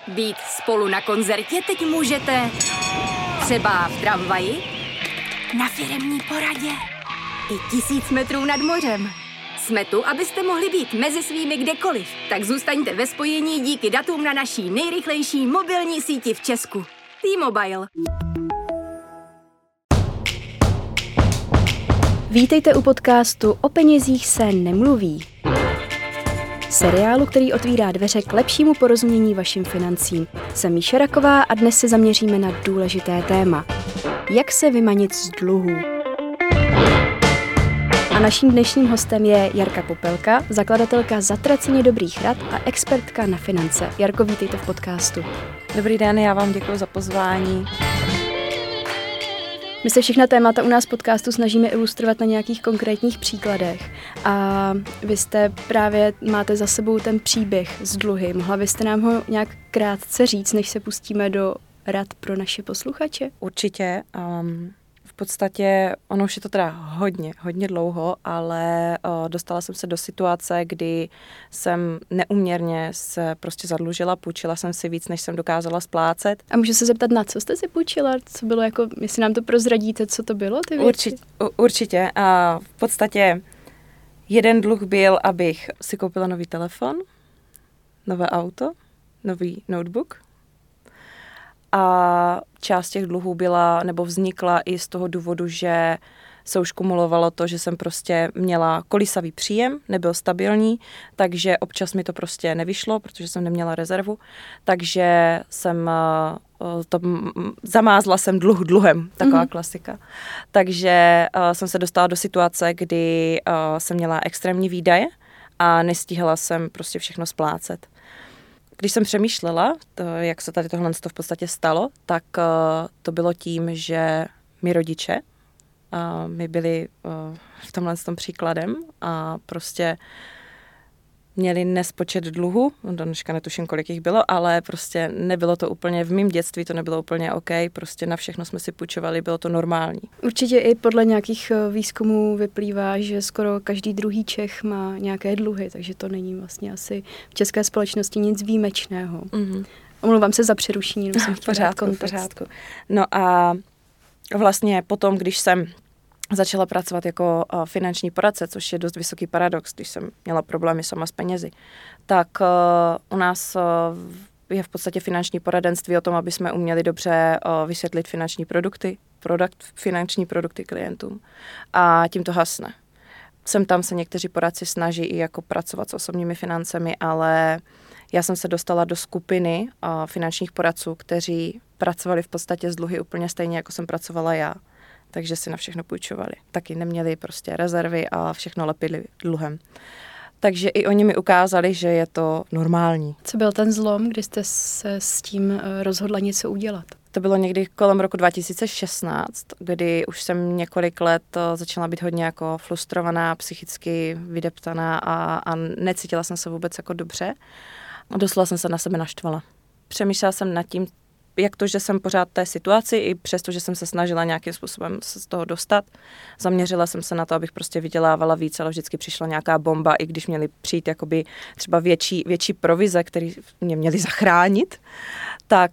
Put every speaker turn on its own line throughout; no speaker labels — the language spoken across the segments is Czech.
Být spolu na koncertě teď můžete třeba v tramvaji, na firemní poradě i 1000 metrů nad mořem. Jsme tu, abyste mohli být mezi svými kdekoliv. Tak zůstaňte ve spojení díky datům na naší nejrychlejší mobilní síti v Česku. T-Mobile.
Vítejte u podcastu O penězích se nemluví. Seriálu, který otvírá dveře k lepšímu porozumění vašim financím. Jsem Míša Raková a dnes se zaměříme na důležité téma. Jak se vymanit z dluhů? A naším dnešním hostem je Jarka Popelka, zakladatelka Zatraceně dobrých rad a expertka na finance. Jarko, vítejte v podcastu.
Dobrý den, já vám děkuji za pozvání.
My se všechna témata u nás v podcastu snažíme ilustrovat na nějakých konkrétních příkladech. A vy máte za sebou ten příběh z dluhy. Mohla byste nám ho nějak krátce říct, než se pustíme do rad pro naše posluchače?
Určitě. V podstatě ono už je to teda hodně dlouho, ale dostala jsem se do situace, kdy jsem neúměrně se prostě zadlužila, půjčila jsem si víc, než jsem dokázala splácet.
A můžu se zeptat, na co jste si půjčila? Co bylo jako, jestli nám to prozradíte, co to bylo, ty věci?
Určitě. A v podstatě jeden dluh byl, abych si koupila nový telefon, nové auto, nový notebook. A část těch dluhů vznikla i z toho důvodu, že se už kumulovalo to, že jsem prostě měla kolísavý příjem, nebyl stabilní, takže občas mi to prostě nevyšlo, protože jsem neměla rezervu, takže zamázla jsem dluhem, taková klasika. Takže jsem se dostala do situace, kdy jsem měla extrémní výdaje a nestíhala jsem prostě všechno splácet. Když jsem přemýšlela, jak se tady tohle v podstatě stalo, tak to bylo tím, že mi rodiče mi byli v tomhle tom příkladem a prostě měli nespočet dluhu, dneška netuším, kolik jich bylo, ale prostě nebylo to úplně, v mém dětství to nebylo úplně OK, prostě na všechno jsme si půjčovali, bylo to normální.
Určitě i podle nějakých výzkumů vyplývá, že skoro každý druhý Čech má nějaké dluhy, takže to není vlastně asi v české společnosti nic výjimečného. Mm-hmm. Omlouvám se za přerušení, jenom jsem chtěla dát kontext.
Pořádku. No a vlastně potom, když jsem začala pracovat jako finanční poradce, což je dost vysoký paradox, když jsem měla problémy sama s penězi, tak u nás je v podstatě finanční poradenství o tom, aby jsme uměli dobře vysvětlit finanční produkty klientům. A tím to hasne. Sem tam se někteří poradci snaží i jako pracovat s osobními financemi, ale já jsem se dostala do skupiny finančních poradců, kteří pracovali v podstatě s dluhy úplně stejně, jako jsem pracovala já. Takže si na všechno půjčovali. Taky neměli prostě rezervy a všechno lepili dluhem. Takže i oni mi ukázali, že je to normální.
Co byl ten zlom, kdy jste se s tím rozhodla něco udělat?
To bylo někdy kolem roku 2016, kdy už jsem několik let začala být hodně jako frustrovaná, psychicky vydeptaná a necítila jsem se vůbec jako dobře. Doslova jsem se na sebe naštvala. Přemýšlela jsem nad tím, jak to, že jsem pořád v té situaci, i přesto, že jsem se snažila nějakým způsobem se z toho dostat. Zaměřila jsem se na to, abych prostě vydělávala víc, ale vždycky přišla nějaká bomba, i když měly přijít jakoby třeba větší provize, které mě měly zachránit, tak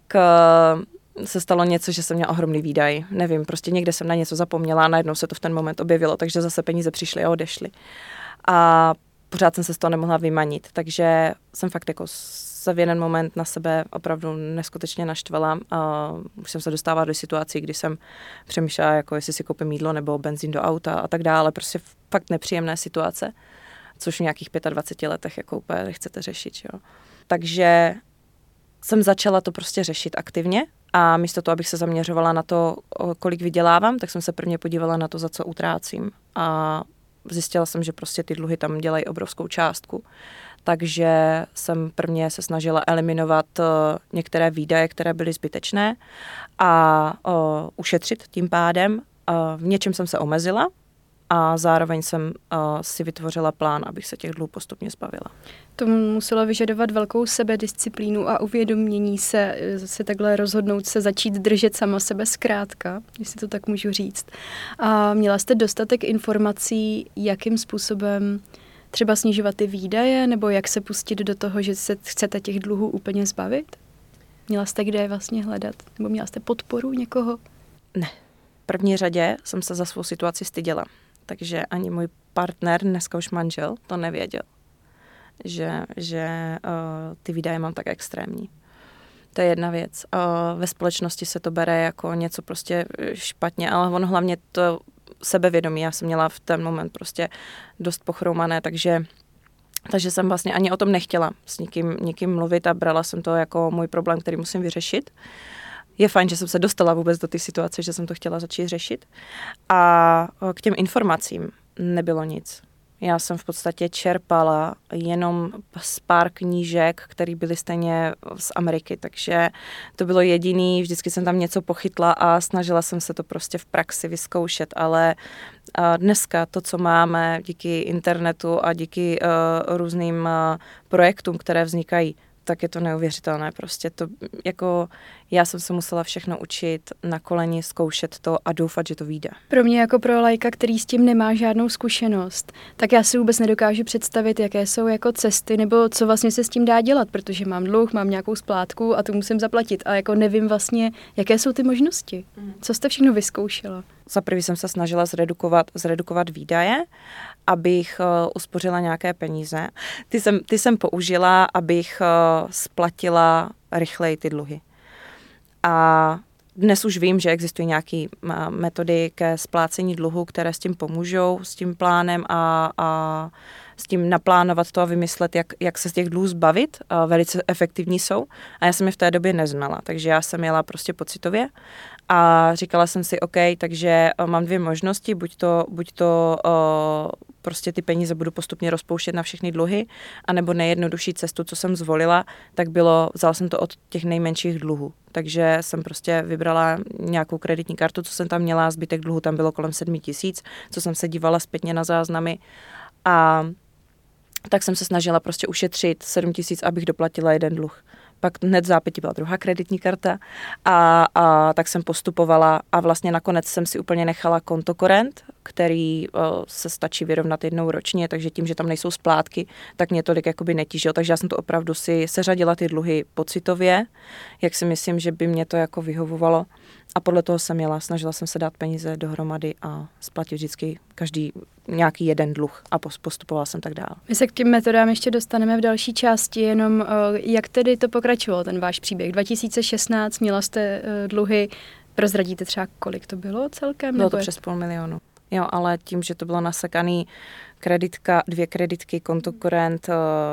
se stalo něco, že jsem měla ohromný výdaj. Nevím, prostě někde jsem na něco zapomněla a najednou se to v ten moment objevilo, takže zase peníze přišly a odešly. A pořád jsem se z toho nemohla vymanit, takže jsem fakt jako se v jeden moment na sebe opravdu neskutečně naštvala. Už jsem se dostávala do situací, kdy jsem přemýšlela, jako jestli si koupím jídlo nebo benzín do auta a tak dále. Prostě fakt nepříjemné situace, což v nějakých 25 letech jako úplně nechcete řešit. Jo. Takže jsem začala to prostě řešit aktivně a místo toho, abych se zaměřovala na to, kolik vydělávám, tak jsem se prvně podívala na to, za co utrácím. A zjistila jsem, že prostě ty dluhy tam dělají obrovskou částku. Takže jsem prvně se snažila eliminovat některé výdaje, které byly zbytečné a ušetřit tím pádem. V něčem jsem se omezila a zároveň jsem si vytvořila plán, abych se těch dluhů postupně zbavila.
To muselo vyžadovat velkou sebedisciplínu a uvědomění se takhle rozhodnout se začít držet sama sebe zkrátka, jestli to tak můžu říct. A měla jste dostatek informací, jakým způsobem třeba snižovat ty výdaje, nebo jak se pustit do toho, že se chcete těch dluhů úplně zbavit? Měla jste kde vlastně hledat? Nebo měla jste podporu někoho?
Ne. V první řadě jsem se za svou situaci styděla. Takže ani můj partner, dneska už manžel, to nevěděl, že ty výdaje mám tak extrémní. To je jedna věc. Ve společnosti se to bere jako něco prostě špatně, ale ono hlavně to sebevědomí. Já jsem měla v ten moment prostě dost pochroumané, takže jsem vlastně ani o tom nechtěla s nikým mluvit a brala jsem to jako můj problém, který musím vyřešit. Je fajn, že jsem se dostala vůbec do té situace, že jsem to chtěla začít řešit. A k těm informacím nebylo nic. Já jsem v podstatě čerpala jenom z pár knížek, které byly stejně z Ameriky, takže to bylo jediný, vždycky jsem tam něco pochytla a snažila jsem se to prostě v praxi vyzkoušet, ale dneska to, co máme díky internetu a díky různým projektům, které vznikají, tak je to neuvěřitelné. Prostě to, jako já jsem se musela všechno učit na koleni, zkoušet to a doufat, že to vyjde.
Pro mě jako pro laika, který s tím nemá žádnou zkušenost, tak já si vůbec nedokážu představit, jaké jsou jako cesty nebo co vlastně se s tím dá dělat, protože mám dluh, mám nějakou splátku a to musím zaplatit a jako nevím vlastně, jaké jsou ty možnosti. Co jste všechno vyzkoušela?
Za prvý jsem se snažila zredukovat výdaje, abych uspořila nějaké peníze. Ty jsem použila, abych splatila rychleji ty dluhy. A dnes už vím, že existují nějaké metody ke splácení dluhu, které s tím pomůžou, s tím plánem a s tím naplánovat to a vymyslet, jak se z těch dluhů zbavit. Velice efektivní jsou. A já jsem je v té době neznala, takže já jsem jela prostě pocitově a říkala jsem si, OK, takže mám dvě možnosti, buď to prostě ty peníze budu postupně rozpouštět na všechny dluhy, anebo nejjednodušší cestu, co jsem zvolila, tak vzala jsem to od těch nejmenších dluhů. Takže jsem prostě vybrala nějakou kreditní kartu, co jsem tam měla, zbytek dluhu tam bylo kolem 7 000, co jsem se dívala zpětně na záznamy a tak jsem se snažila prostě ušetřit 7 000, abych doplatila jeden dluh. Pak hned v zápětí byla druhá kreditní karta a tak jsem postupovala a vlastně nakonec jsem si úplně nechala kontokorent, který se stačí vyrovnat jednou ročně, takže tím, že tam nejsou splátky, tak mě tolik jakoby netížilo. Takže já jsem to opravdu si seřadila ty dluhy pocitově, jak si myslím, že by mě to jako vyhovovalo. A podle toho jsem jela, snažila jsem se dát peníze dohromady a splatit vždycky každý nějaký jeden dluh a postupovala jsem tak dál.
My se k těm metodám ještě dostaneme v další části, jenom jak tedy to pokračovalo, ten váš příběh. 2016 měla jste dluhy, prozradíte třeba, kolik to bylo celkem?
Bylo to přes 500 000. Jo, ale tím, že to bylo nasekaný kreditka, 2 kreditky, kontokorent,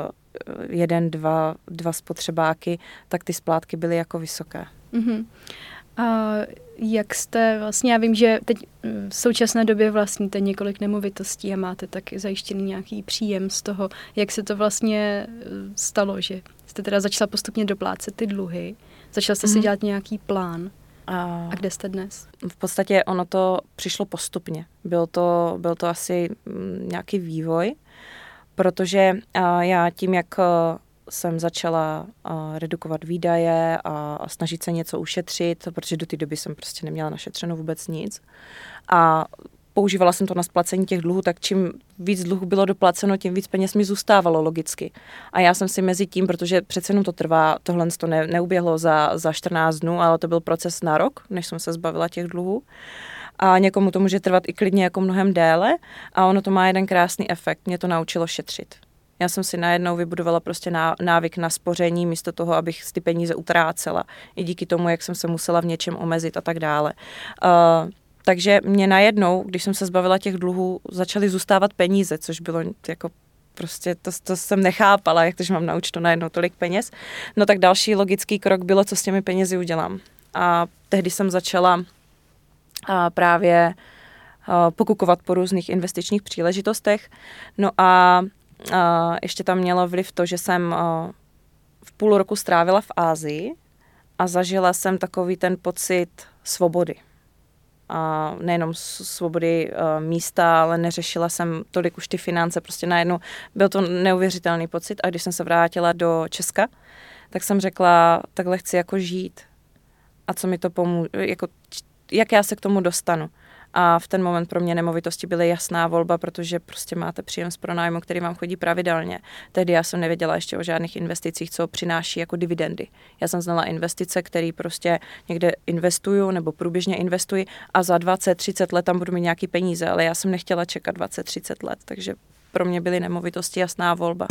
1, 2 spotřebáky, tak ty splátky byly jako vysoké.
Mm-hmm. A jak jste vlastně, já vím, že teď v současné době vlastníte několik nemovitostí a máte taky zajištěný nějaký příjem z toho, jak se to vlastně stalo, že jste teda začala postupně doplácet ty dluhy, začala jste si dělat nějaký plán. A kde jste dnes?
V podstatě ono to přišlo postupně. Byl to asi nějaký vývoj, protože já tím, jak jsem začala redukovat výdaje a snažit se něco ušetřit, protože do té doby jsem prostě neměla našetřeno vůbec nic. A používala jsem to na splacení těch dluhů, tak čím víc dluhů bylo doplaceno, tím víc peněz mi zůstávalo logicky. A já jsem si mezi tím, protože přece jenom to trvá, tohle to neuběhlo za 14 dnů, ale to byl proces na rok, než jsem se zbavila těch dluhů. A někomu to může trvat i klidně jako mnohem déle a ono to má jeden krásný efekt. Mě to naučilo šetřit. Já jsem si najednou vybudovala prostě návyk na spoření místo toho, abych ty peníze utrácela. I díky tomu, jak jsem se musela v něčem omezit a tak dále. Takže mě najednou, když jsem se zbavila těch dluhů, začaly zůstávat peníze, což bylo jako prostě, to jsem nechápala, jak to, že mám na účtu najednou tolik peněz. No tak další logický krok bylo, co s těmi penězi udělám. A tehdy jsem začala právě pokukovat po různých investičních příležitostech. No a ještě tam mělo vliv to, že jsem v půl roku strávila v Asii a zažila jsem takový ten pocit svobody. A nejenom svobody místa, ale neřešila jsem tolik už ty finance, prostě najednou byl to neuvěřitelný pocit a když jsem se vrátila do Česka, tak jsem řekla, takhle chci jako žít a co mi to pomůže, jako, jak já se k tomu dostanu. A v ten moment pro mě nemovitosti byly jasná volba, protože prostě máte příjem z pronájmu, který vám chodí pravidelně. Tehdy já jsem nevěděla ještě o žádných investicích, co přináší jako dividendy. Já jsem znala investice, které prostě někde investuju nebo průběžně investuji a za 20-30 let tam budu mít nějaký peníze, ale já jsem nechtěla čekat 20-30 let, takže pro mě byly nemovitosti jasná volba.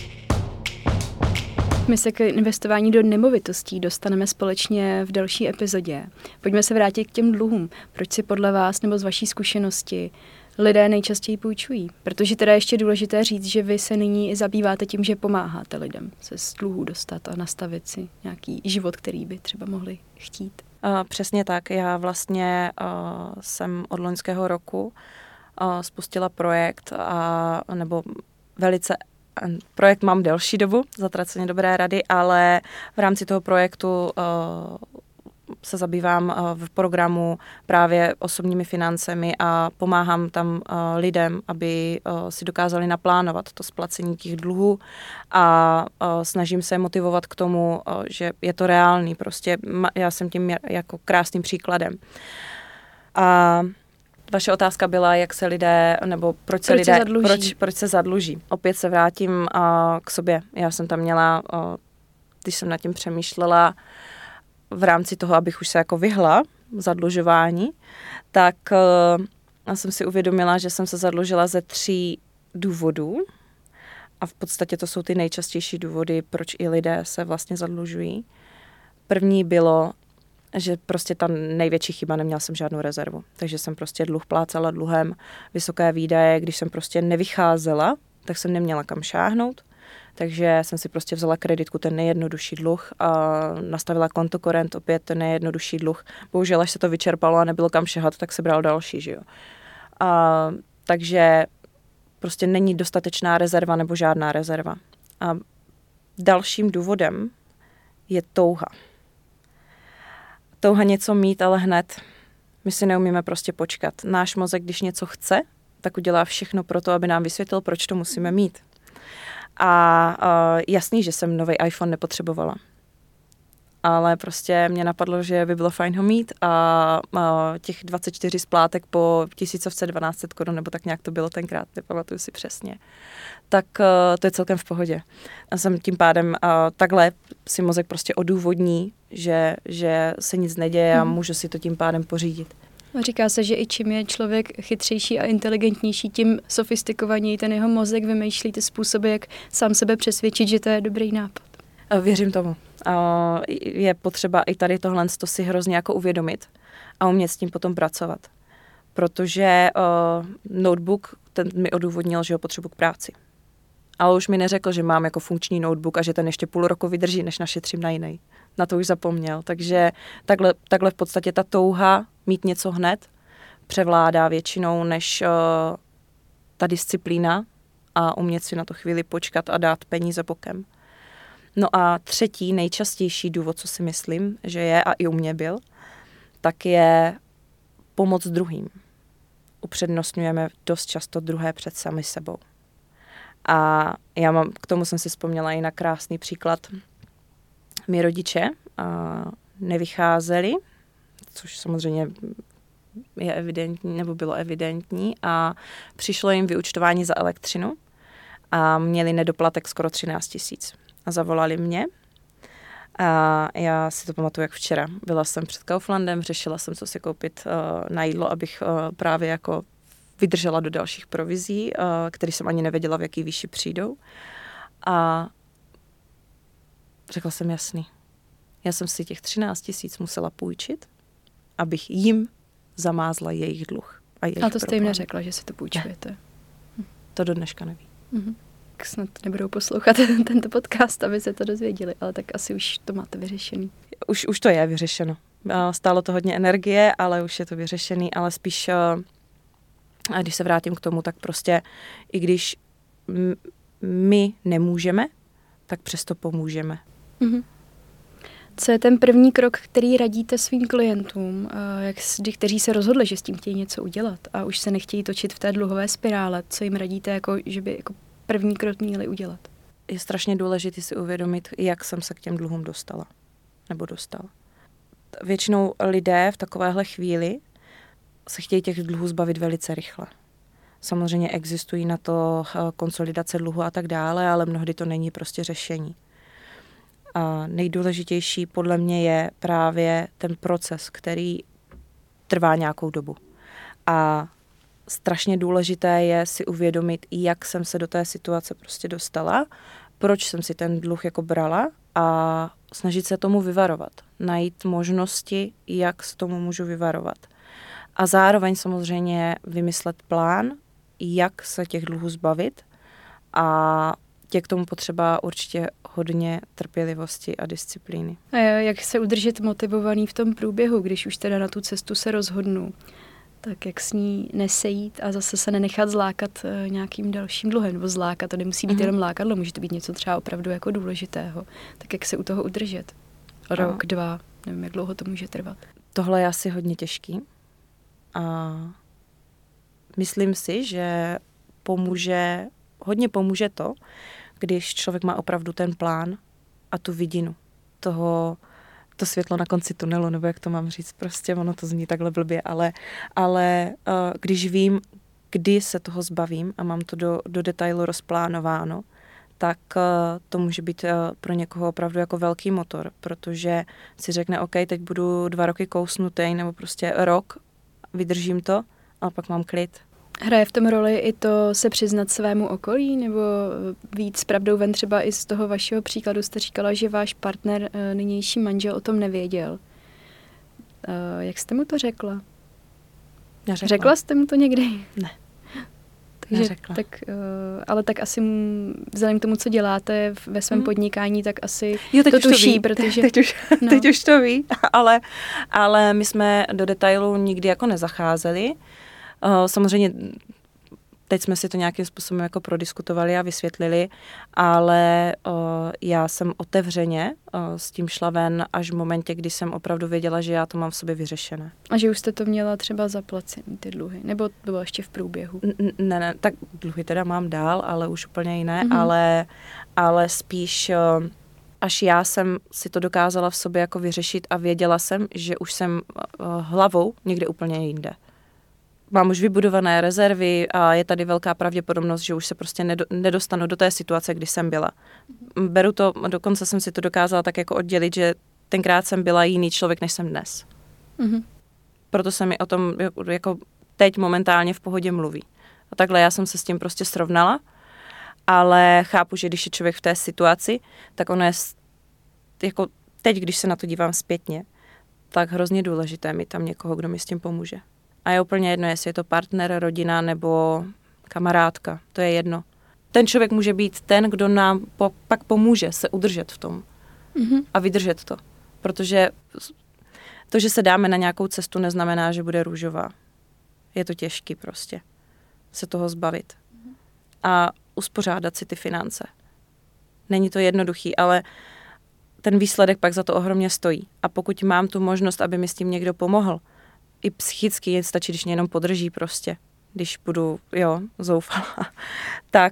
My se k investování do nemovitostí dostaneme společně v další epizodě. Pojďme se vrátit k těm dluhům. Proč si podle vás nebo z vaší zkušenosti lidé nejčastěji půjčují? Protože teda ještě důležité říct, že vy se nyní zabýváte tím, že pomáháte lidem se z dluhů dostat a nastavit si nějaký život, který by třeba mohli chtít.
Přesně tak. Já vlastně jsem od loňského roku spustila projekt, projekt mám delší dobu, Zatraceně dobré rady, ale v rámci toho projektu se zabývám v programu právě osobními financemi a pomáhám tam lidem, aby si dokázali naplánovat to splacení těch dluhů a snažím se motivovat k tomu, že je to reálný. Prostě já jsem tím jako krásným příkladem. A vaše otázka byla, jak se lidé, nebo proč se zadluží. Opět se vrátím k sobě. Já jsem tam měla, když jsem nad tím přemýšlela, v rámci toho, abych už se jako vyhla zadlužování, tak já jsem si uvědomila, že jsem se zadlužila ze 3 důvodů. A v podstatě to jsou ty nejčastější důvody, proč i lidé se vlastně zadlužují. První bylo, že prostě ta největší chyba, neměla jsem žádnou rezervu. Takže jsem prostě dluh plácala dluhem, vysoké výdaje, když jsem prostě nevycházela, tak jsem neměla kam šáhnout. Takže jsem si prostě vzala kreditku, ten nejjednodušší dluh a nastavila kontokorent, opět ten nejjednodušší dluh. Bohužel, až se to vyčerpalo a nebylo kam šahat, tak se bral další, že jo. Takže prostě není dostatečná rezerva nebo žádná rezerva. A dalším důvodem je touha. Touha něco mít, ale hned. My si neumíme prostě počkat. Náš mozek, když něco chce, tak udělá všechno pro to, aby nám vysvětlil, proč to musíme mít. A jasný, že jsem nový iPhone nepotřebovala. Ale prostě mě napadlo, že by bylo fajn ho mít a těch 24 splátek po 1200 korun, nebo tak nějak to bylo tenkrát, nepamatuju si přesně, tak to je celkem v pohodě. A jsem tím pádem takhle si mozek prostě odůvodní, že se nic neděje a můžu si to tím pádem pořídit.
Říká se, že i čím je člověk chytřejší a inteligentnější, tím sofistikovaněji ten jeho mozek vymýšlí ty způsoby, jak sám sebe přesvědčit, že to je dobrý nápad.
Věřím tomu. Je potřeba i tady tohle si hrozně jako uvědomit a umět s tím potom pracovat. Protože notebook, ten mi odůvodnil, že ho potřebuji k práci. Ale už mi neřekl, že mám jako funkční notebook a že ten ještě půl roku vydrží, než našetřím na jiný. Na to už zapomněl. Takže takhle v podstatě ta touha mít něco hned převládá většinou než ta disciplína a umět si na to chvíli počkat a dát peníze bokem. No a třetí nejčastější důvod, co si myslím, že je a i u mě byl, tak je pomoc druhým. Upřednostňujeme dost často druhé před sami sebou. A k tomu jsem si vzpomněla i na krásný příklad. Mí rodiče nevycházeli, což samozřejmě je evidentní, nebo bylo evidentní, a přišlo jim vyúčtování za elektřinu a měli nedoplatek skoro 13 000. A zavolali mě a já si to pamatuju jak včera. Byla jsem před Kauflandem, řešila jsem, co si koupit na jídlo, abych právě jako vydržela do dalších provizí, které jsem ani nevěděla, v jaký výši přijdou. A řekla jsem jasný. Já jsem si těch 13 000 musela půjčit, abych jim zamázla jejich dluh.
A to jste jim neřekla, že si to půjčujete?
To do dneška neví.
Snad nebudou poslouchat tento podcast, aby se to dozvěděli, ale tak asi už to máte vyřešený.
Už to je vyřešeno. Stálo to hodně energie, ale už je to vyřešený, ale spíš, když se vrátím k tomu, tak prostě i když my nemůžeme, tak přesto pomůžeme.
Co je ten první krok, který radíte svým klientům, kteří se rozhodli, že s tím chtějí něco udělat a už se nechtějí točit v té dluhové spirále? Co jim radíte, že by první krok měli udělat?
Je strašně důležité si uvědomit, jak jsem se k těm dluhům dostala. Nebo dostal. Většinou lidé v takovéhle chvíli se chtějí těch dluhů zbavit velice rychle. Samozřejmě existují na to konsolidace dluhu a tak dále, ale mnohdy to není prostě řešení. A nejdůležitější podle mě je právě ten proces, který trvá nějakou dobu. A strašně důležité je si uvědomit, jak jsem se do té situace prostě dostala, proč jsem si ten dluh jako brala a snažit se tomu vyvarovat. Najít možnosti, jak se tomu můžu vyvarovat. A zároveň samozřejmě vymyslet plán, jak se těch dluhů zbavit a je k tomu potřeba určitě hodně trpělivosti a disciplíny.
A jak se udržet motivovaný v tom průběhu, když už teda na tu cestu se rozhodnu? Tak jak s ní nesejít a zase se nenechat zlákat nějakým dalším dluhem, nebo zlákat, to nemusí být jenom lákadlo, může to být něco třeba opravdu jako důležitého. Tak jak se u toho udržet? Rok, 2, nevím, jak dlouho to může trvat.
Tohle je asi hodně těžký a myslím si, že hodně pomůže to, když člověk má opravdu ten plán a tu vidinu to světlo na konci tunelu, nebo jak to mám říct, prostě ono to zní takhle blbě, ale když vím, kdy se toho zbavím a mám to do detailu rozplánováno, tak to může být pro někoho opravdu jako velký motor, protože si řekne, OK, teď budu 2 roky kousnutý, nebo prostě rok, vydržím to, ale pak mám klid.
Hraje v tom roli i to se přiznat svému okolí, nebo víc s pravdou ven? Třeba i z toho vašeho příkladu jste říkala, že váš partner, nynější manžel, o tom nevěděl. Jak jste mu to řekla?
Neřekla.
Řekla jste mu to někdy?
Ne.
Takže,
neřekla.
Ale tak asi vzhledem k tomu, co děláte ve svém podnikání, tak asi
teď
to
už
tuší,
to ví.
protože...
Teď už to ví, ale my jsme do detailu nikdy jako nezacházeli. Samozřejmě teď jsme si to nějakým způsobem jako prodiskutovali a vysvětlili, ale já jsem otevřeně s tím šla ven až v momentě, kdy jsem opravdu věděla, že já to mám v sobě vyřešené.
A že už jste to měla třeba zaplacený, ty dluhy? Nebo to bylo ještě v průběhu?
Ne, tak dluhy teda mám dál, ale už úplně jiné, ale spíš až já jsem si to dokázala v sobě jako vyřešit a věděla jsem, že už jsem hlavou někde úplně jinde. Mám už vybudované rezervy a je tady velká pravděpodobnost, že už se prostě nedostanu do té situace, kdy jsem byla. Beru to, dokonce jsem si to dokázala tak jako oddělit, že tenkrát jsem byla jiný člověk, než jsem dnes. Proto se mi o tom jako teď momentálně v pohodě mluví. A takhle já jsem se s tím prostě srovnala, ale chápu, že když je člověk v té situaci, tak ono je jako teď, když se na to dívám zpětně, tak hrozně důležité mít tam někoho, kdo mi s tím pomůže. A je úplně jedno, jestli je to partner, rodina nebo kamarádka. To je jedno. Ten člověk může být ten, kdo nám pak pomůže se udržet v tom a vydržet to. Protože to, že se dáme na nějakou cestu, neznamená, že bude růžová. Je to těžký prostě se toho zbavit. A uspořádat si ty finance. Není to jednoduchý, ale ten výsledek pak za to ohromně stojí. A pokud mám tu možnost, aby mi s tím někdo pomohl, i psychicky stačí, když mě jenom podrží prostě, když budu, zoufalá, tak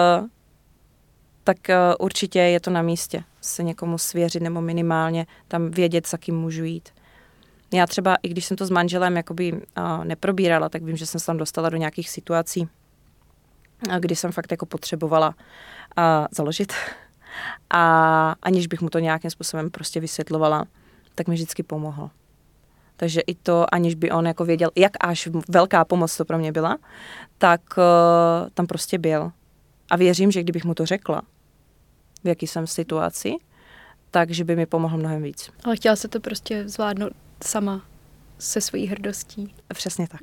určitě je to na místě se někomu svěřit nebo minimálně tam vědět, za kým můžu jít. Já třeba, i když jsem to s manželem jakoby neprobírala, tak vím, že jsem se tam dostala do nějakých situací, kdy jsem fakt jako potřebovala založit a aniž bych mu to nějakým způsobem prostě vysvětlovala, tak mi vždycky pomohl. Takže i to, aniž by on jako věděl, jak až velká pomoc to pro mě byla, tak tam prostě byl. A věřím, že kdybych mu to řekla, v jaký jsem situaci, takže by mi pomohl mnohem víc.
Ale chtěla se to prostě zvládnout sama se svojí hrdostí.
Přesně tak.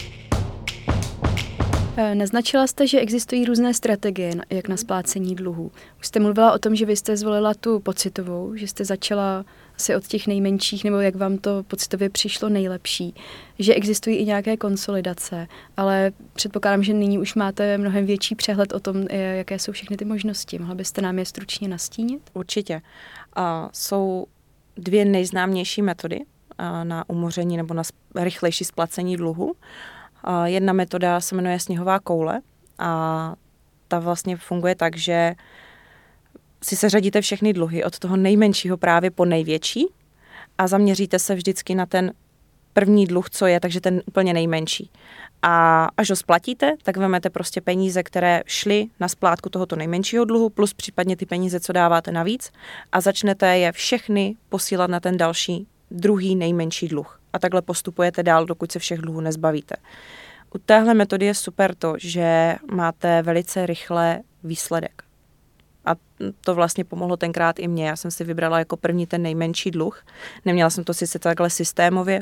Naznačila jste, že existují různé strategie, jak na splácení dluhů. Už jste mluvila o tom, že vy jste zvolila tu pocitovou, že jste začala asi od těch nejmenších, nebo jak vám to pocitově přišlo nejlepší, že existují i nějaké konsolidace, ale předpokládám, že nyní už máte mnohem větší přehled o tom, jaké jsou všechny ty možnosti. Mohla byste nám je stručně nastínit?
Určitě. Jsou 2 nejznámější metody na umoření nebo na rychlejší splacení dluhu. Jedna metoda se jmenuje sněhová koule a ta vlastně funguje tak, že si seřadíte všechny dluhy od toho nejmenšího právě po největší a zaměříte se vždycky na ten první dluh, co je, takže ten úplně nejmenší. A až ho splatíte, tak vezmete prostě peníze, které šly na splátku tohoto nejmenšího dluhu, plus případně ty peníze, co dáváte navíc a začnete je všechny posílat na ten další, druhý nejmenší dluh. A takhle postupujete dál, dokud se všech dluhů nezbavíte. U téhle metody je super to, že máte velice rychle výsledek. A to vlastně pomohlo tenkrát i mně. Já jsem si vybrala jako první ten nejmenší dluh. Neměla jsem to sice takhle systémově,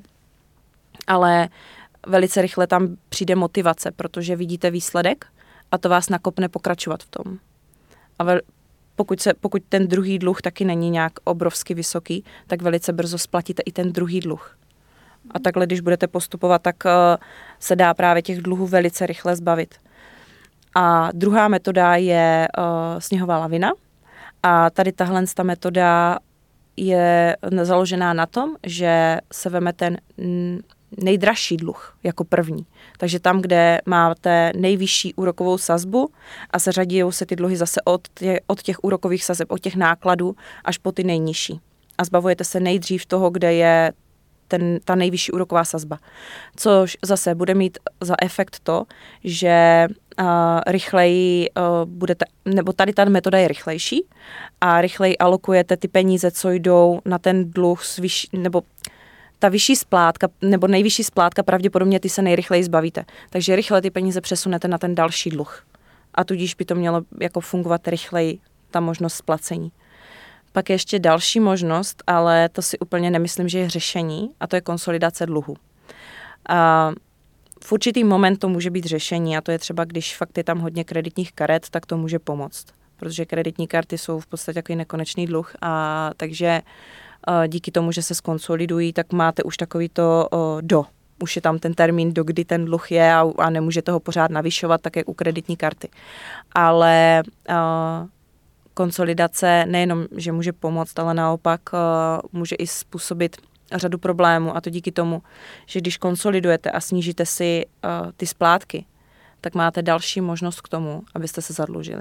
ale velice rychle tam přijde motivace, protože vidíte výsledek a to vás nakopne pokračovat v tom. A pokud ten druhý dluh taky není nějak obrovsky vysoký, tak velice brzo splatíte i ten druhý dluh. A takhle, když budete postupovat, tak se dá právě těch dluhů velice rychle zbavit. A druhá metoda je sněhová lavina. A tady tahle metoda je založená na tom, že se veme ten nejdražší dluh jako první. Takže tam, kde máte nejvyšší úrokovou sazbu a seřadí se ty dluhy zase od těch úrokových sazeb, od těch nákladů až po ty nejnižší. A zbavujete se nejdřív toho, kde je ta nejvyšší úroková sazba. Což zase bude mít za efekt to, že rychleji budete, nebo tady ta metoda je rychlejší a rychleji alokujete ty peníze, co jdou na ten dluh nebo ta vyšší splátka, nebo nejvyšší splátka, pravděpodobně ty se nejrychleji zbavíte. Takže rychle ty peníze přesunete na ten další dluh. A tudíž by to mělo jako fungovat rychleji, ta možnost splacení. Pak je ještě další možnost, ale to si úplně nemyslím, že je řešení, a to je konsolidace dluhu. A v určitý moment to může být řešení, a to je třeba, když fakt je tam hodně kreditních karet, tak to může pomoct. Protože kreditní karty jsou v podstatě takový nekonečný dluh, a takže díky tomu, že se skonsolidují, tak máte už takový to už je tam ten termín, do kdy ten dluh je a nemůžete ho pořád navyšovat, tak jak u kreditní karty. Ale konsolidace nejenom, že může pomoct, ale naopak může i způsobit řadu problémů, a to díky tomu, že když konsolidujete a snížíte si ty splátky, tak máte další možnost k tomu, abyste se zadlužili.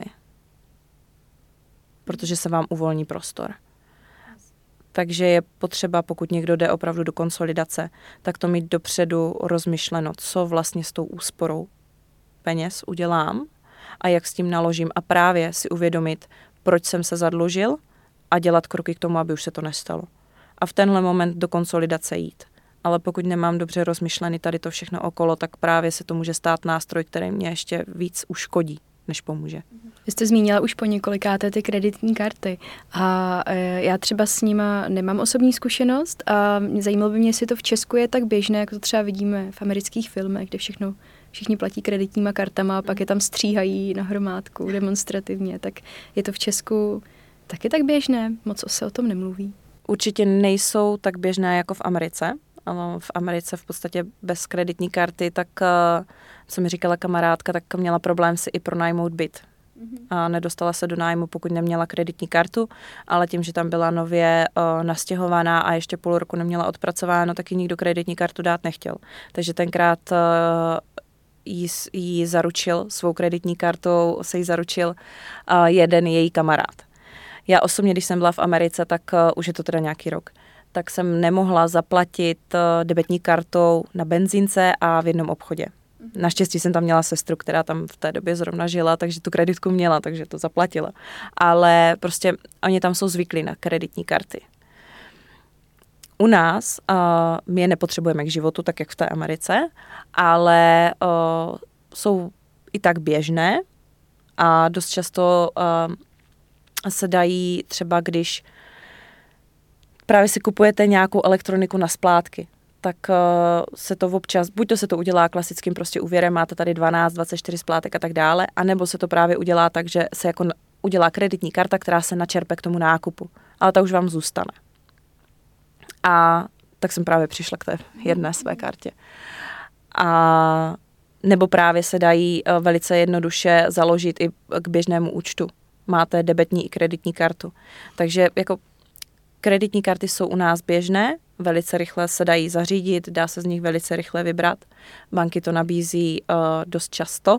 Protože se vám uvolní prostor. Takže je potřeba, pokud někdo jde opravdu do konsolidace, tak to mít dopředu rozmyšleno, co vlastně s tou úsporou peněz udělám a jak s tím naložím, a právě si uvědomit, proč jsem se zadlužil, a dělat kroky k tomu, aby už se to nestalo. A v tenhle moment do konsolidace jít. Ale pokud nemám dobře rozmyšlený tady to všechno okolo, tak právě se to může stát nástroj, který mě ještě víc uškodí, než pomůže.
Vy jste zmínila už po několikáté ty kreditní karty a já třeba s nima nemám osobní zkušenost a zajímalo by mě, jestli to v Česku je tak běžné, jako to třeba vidíme v amerických filmech, kde všichni platí kreditníma kartama a pak je tam stříhají na hromádku demonstrativně. Tak je to v Česku taky tak běžné? Moc se o tom nemluví.
Určitě nejsou tak běžné jako v Americe. V Americe v podstatě bez kreditní karty, tak co mi říkala kamarádka, tak měla problém si i pronajmout byt. A nedostala se do nájmu, pokud neměla kreditní kartu, ale tím, že tam byla nově nastěhovaná a ještě půl roku neměla odpracováno, tak ji nikdo kreditní kartu dát nechtěl. Takže tenkrát jí zaručil, svou kreditní kartou se jí zaručil jeden její kamarád. Já osobně, když jsem byla v Americe, tak už je to teda nějaký rok, tak jsem nemohla zaplatit debetní kartou na benzínce a v jednom obchodě. Naštěstí jsem tam měla sestru, která tam v té době zrovna žila, takže tu kreditku měla, takže to zaplatila. Ale prostě oni tam jsou zvyklí na kreditní karty. U nás my je nepotřebujeme k životu, tak jak v té Americe, ale jsou i tak běžné a dost často se dají třeba, když právě si kupujete nějakou elektroniku na splátky, tak se to občas, buď to se to udělá klasickým prostě úvěrem, máte tady 12, 24 splátek a tak dále, anebo se to právě udělá tak, že se jako udělá kreditní karta, která se načerpe k tomu nákupu, ale ta už vám zůstane. A tak jsem právě přišla k té jedné své kartě. A nebo právě se dají velice jednoduše založit i k běžnému účtu. Máte debetní i kreditní kartu. Takže jako kreditní karty jsou u nás běžné, velice rychle se dají zařídit, dá se z nich velice rychle vybrat. Banky to nabízí dost často,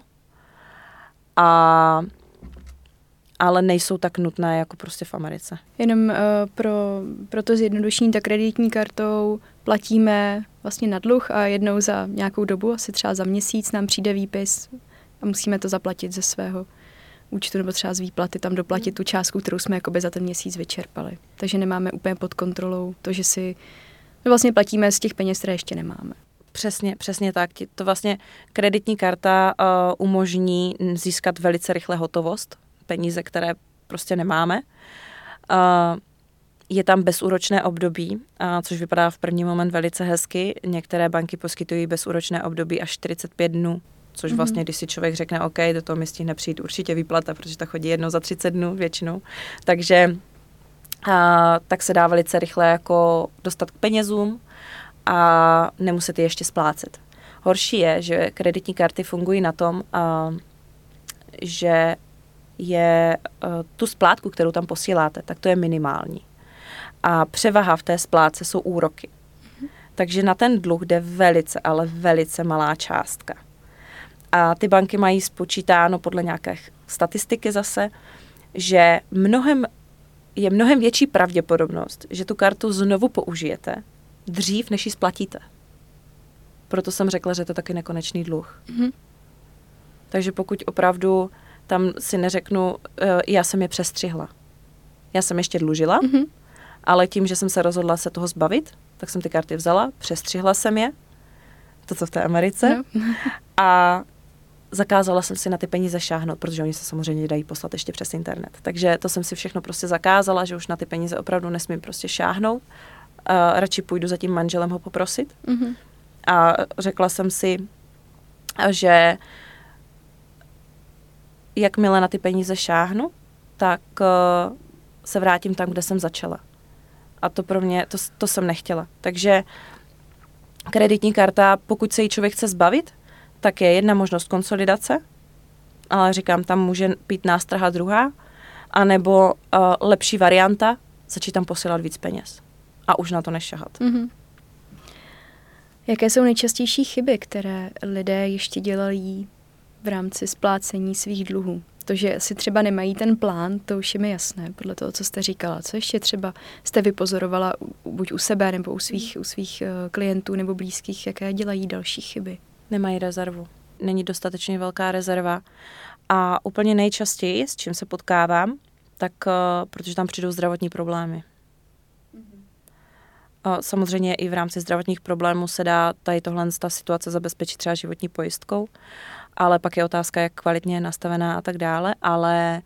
ale nejsou tak nutné jako prostě v Americe.
Jenom pro to zjednodušení, tak kreditní kartou platíme vlastně na dluh a jednou za nějakou dobu, asi třeba za měsíc, nám přijde výpis a musíme to zaplatit ze svého účtu nebo třeba z výplaty, tam doplatit tu částku, kterou jsme jakoby za ten měsíc vyčerpali. Takže nemáme úplně pod kontrolou to, že si vlastně platíme z těch peněz, které ještě nemáme.
Přesně tak. To vlastně kreditní karta umožní získat velice rychle hotovost, peníze, které prostě nemáme. Je tam bezúročné období, což vypadá v první moment velice hezky. Některé banky poskytují bezúročné období až 45 dnů, což vlastně, když si člověk řekne, OK, do toho mi stihne přijít určitě výplata, protože ta chodí jednou za 30 dnů většinou. Takže tak se dá velice rychle jako dostat k penězům a nemuset je ještě splácet. Horší je, že kreditní karty fungují na tom, že je tu splátku, kterou tam posíláte, tak to je minimální. A převaha v té splátce jsou úroky. Takže na ten dluh jde velice, ale velice malá částka. A ty banky mají spočítáno podle nějaké statistiky zase, že je mnohem větší pravděpodobnost, že tu kartu znovu použijete dřív, než ji splatíte. Proto jsem řekla, že to je taky nekonečný dluh. Takže pokud opravdu tam si neřeknu, já jsem je přestřihla. Já jsem ještě dlužila, ale tím, že jsem se rozhodla se toho zbavit, tak jsem ty karty vzala, přestřihla jsem je, to, co v té Americe, a zakázala jsem si na ty peníze šáhnout, protože oni se samozřejmě dají poslat ještě přes internet. Takže to jsem si všechno prostě zakázala, že už na ty peníze opravdu nesmím prostě šáhnout. Radši půjdu za tím manželem ho poprosit. A řekla jsem si, že jakmile na ty peníze šáhnu, tak se vrátím tam, kde jsem začala. A to pro mě, to jsem nechtěla. Takže kreditní karta, pokud se jí člověk chce zbavit, tak je jedna možnost konsolidace, ale říkám, tam může být nástraha druhá, anebo lepší varianta, začít tam posílat víc peněz a už na to nešahat.
Jaké jsou nejčastější chyby, které lidé ještě dělají v rámci splácení svých dluhů? To, že si třeba nemají ten plán, to už je mi jasné, podle toho, co jste říkala. Co ještě třeba jste vypozorovala buď u sebe, nebo u svých klientů nebo blízkých, jaké dělají další chyby?
Nemají rezervu. Není dostatečně velká rezerva. A úplně nejčastěji, s čím se potkávám, tak protože tam přijdou zdravotní problémy. Samozřejmě i v rámci zdravotních problémů se dá tady ta situace zabezpečit třeba životní pojistkou, ale pak je otázka, jak kvalitně je nastavená a tak dále, ale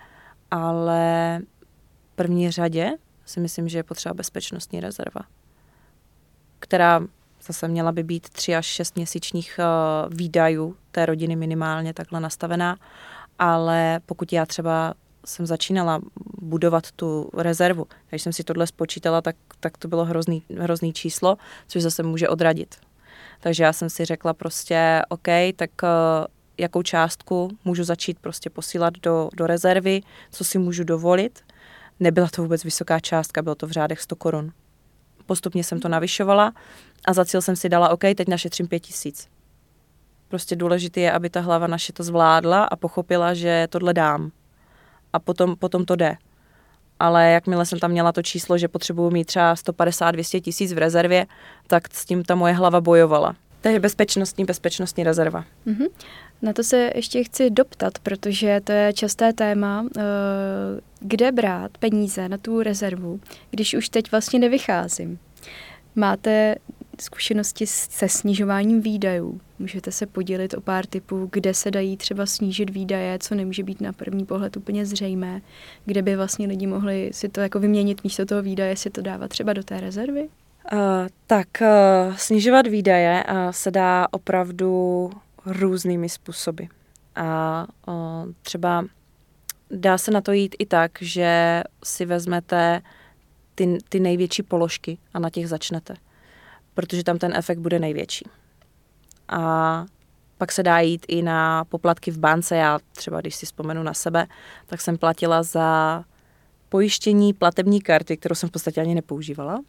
v první řadě si myslím, že je potřeba bezpečnostní rezerva, která zase měla by být 3 až 6 měsíčních výdajů té rodiny minimálně takhle nastavená, ale pokud já třeba jsem začínala budovat tu rezervu, když jsem si tohle spočítala, tak to bylo hrozný číslo, což zase může odradit. Takže já jsem si řekla prostě, OK, tak jakou částku můžu začít prostě posílat do rezervy, co si můžu dovolit. Nebyla to vůbec vysoká částka, bylo to v řádech 100 korun. Postupně jsem to navyšovala a za cíl jsem si dala, OK, teď našetřím 5 000. Prostě důležité je, aby ta hlava naše to zvládla a pochopila, že tohle dám. A potom to jde. Ale jakmile jsem tam měla to číslo, že potřebuju mít třeba 150-200 tisíc v rezervě, tak s tím ta moje hlava bojovala. To je bezpečnostní rezerva.
Na to se ještě chci doptat, protože to je časté téma, kde brát peníze na tu rezervu, když už teď vlastně nevycházím. Máte zkušenosti se snižováním výdajů? Můžete se podělit o pár tipů, kde se dají třeba snížit výdaje, co nemůže být na první pohled úplně zřejmé, kde by vlastně lidi mohli si to jako vyměnit místo toho výdaje, si to dávat třeba do té rezervy?
Snižovat výdaje se dá opravdu různými způsoby. A třeba dá se na to jít i tak, že si vezmete ty největší položky a na těch začnete, protože tam ten efekt bude největší. A pak se dá jít i na poplatky v bance. Já třeba, když si vzpomenu na sebe, tak jsem platila za pojištění platební karty, kterou jsem v podstatě ani nepoužívala.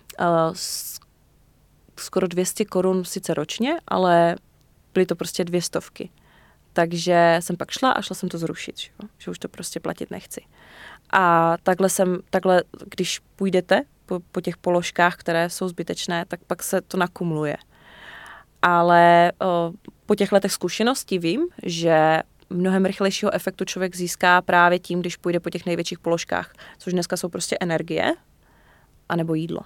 Skoro 200 korun sice ročně, ale byly to prostě 200. Takže jsem pak šla jsem to zrušit, že už to prostě platit nechci. A takhle, když půjdete po těch položkách, které jsou zbytečné, tak pak se to nakumuluje. Ale po těch letech zkušeností vím, že mnohem rychlejšího efektu člověk získá právě tím, když půjde po těch největších položkách, což dneska jsou prostě energie anebo jídlo.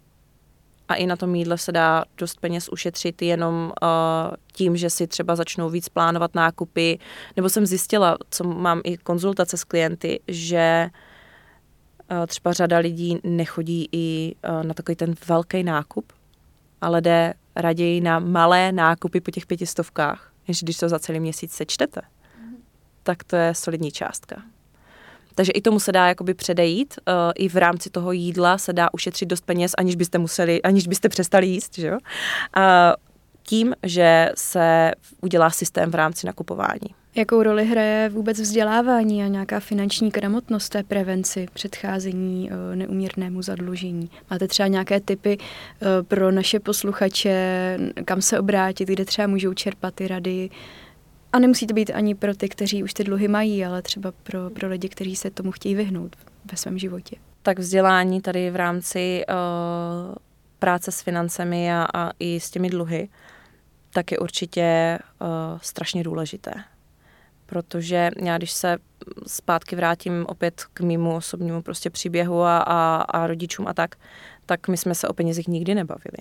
A i na tom jídle se dá dost peněz ušetřit jenom tím, že si třeba začnou víc plánovat nákupy. Nebo jsem zjistila, co mám i konzultace s klienty, že třeba řada lidí nechodí i na takový ten velký nákup, ale jde raději na malé nákupy po těch 500, než když to za celý měsíc sečtete. Tak to je solidní částka. Takže i tomu se dá jakoby předejít. I v rámci toho jídla se dá ušetřit dost peněz, aniž byste přestali jíst, že jo? Tím, že se udělá systém v rámci nakupování.
Jakou roli hraje vůbec vzdělávání a nějaká finanční gramotnost té prevenci, předcházení neúměrnému zadlužení? Máte třeba nějaké tipy pro naše posluchače, kam se obrátit, kde třeba můžou čerpat ty rady? A nemusí to být ani pro ty, kteří už ty dluhy mají, ale třeba pro lidi, kteří se tomu chtějí vyhnout ve svém životě.
Tak vzdělání tady v rámci práce s financemi a i s těmi dluhy, tak je určitě strašně důležité. Protože já, když se zpátky vrátím opět k mému osobnímu prostě příběhu a rodičům a tak my jsme se o penězích nikdy nebavili.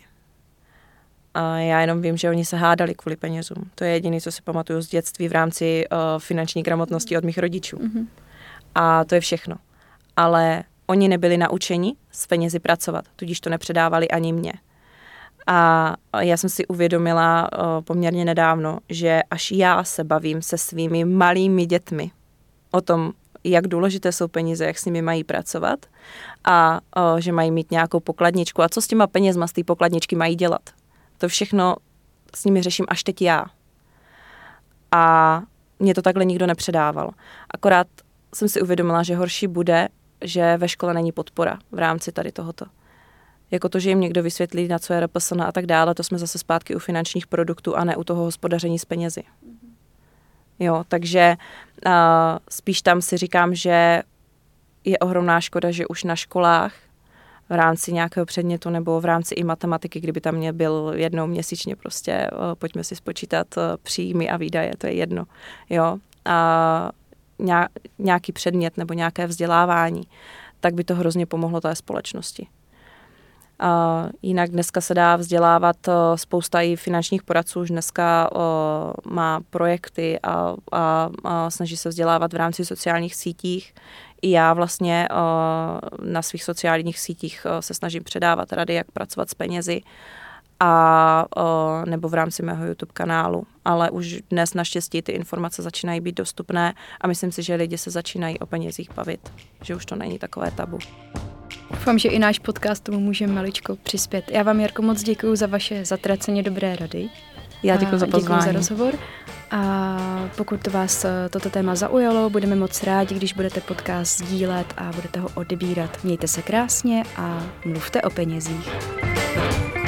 A já jenom vím, že oni se hádali kvůli penězům. To je jediné, co si pamatuju z dětství v rámci finanční gramotnosti od mých rodičů. Mm-hmm. A to je všechno. Ale oni nebyli naučeni s penězi pracovat, tudíž to nepředávali ani mě. A já jsem si uvědomila poměrně nedávno, že až já se bavím se svými malými dětmi o tom, jak důležité jsou peníze, jak s nimi mají pracovat a že mají mít nějakou pokladničku a co s těma penězma z té pokladničky mají dělat. To všechno s nimi řeším až teď já. A mě to takhle nikdo nepředával. Akorát jsem si uvědomila, že horší bude, že ve škole není podpora v rámci tady tohoto. Jako to, že jim někdo vysvětlí, na co je RPSN a tak dále, to jsme zase zpátky u finančních produktů a ne u toho hospodaření s penězi. Jo, takže spíš tam si říkám, že je ohromná škoda, že už na školách v rámci nějakého předmětu nebo v rámci i matematiky, kdyby tam mě byl jednou měsíčně prostě, pojďme si spočítat příjmy a výdaje, to je jedno. Jo, a nějaký předmět nebo nějaké vzdělávání, tak by to hrozně pomohlo té společnosti. Jinak dneska se dá vzdělávat spousta i finančních poradců, už dneska má projekty a snaží se vzdělávat v rámci sociálních sítích. I já vlastně na svých sociálních sítích se snažím předávat rady, jak pracovat s penězi a nebo v rámci mého YouTube kanálu. Ale už dnes naštěstí ty informace začínají být dostupné a myslím si, že lidi se začínají o penězích bavit, že už to není takové tabu.
Doufám, že i náš podcast tomu může maličko přispět. Já vám, Jarko, moc děkuju za vaše zatraceně dobré rady.
Já děkuju za pozvání.
Děkuju za rozhovor. A pokud vás toto téma zaujalo, budeme moc rádi, když budete podcast sdílet a budete ho odebírat. Mějte se krásně a mluvte o penězích.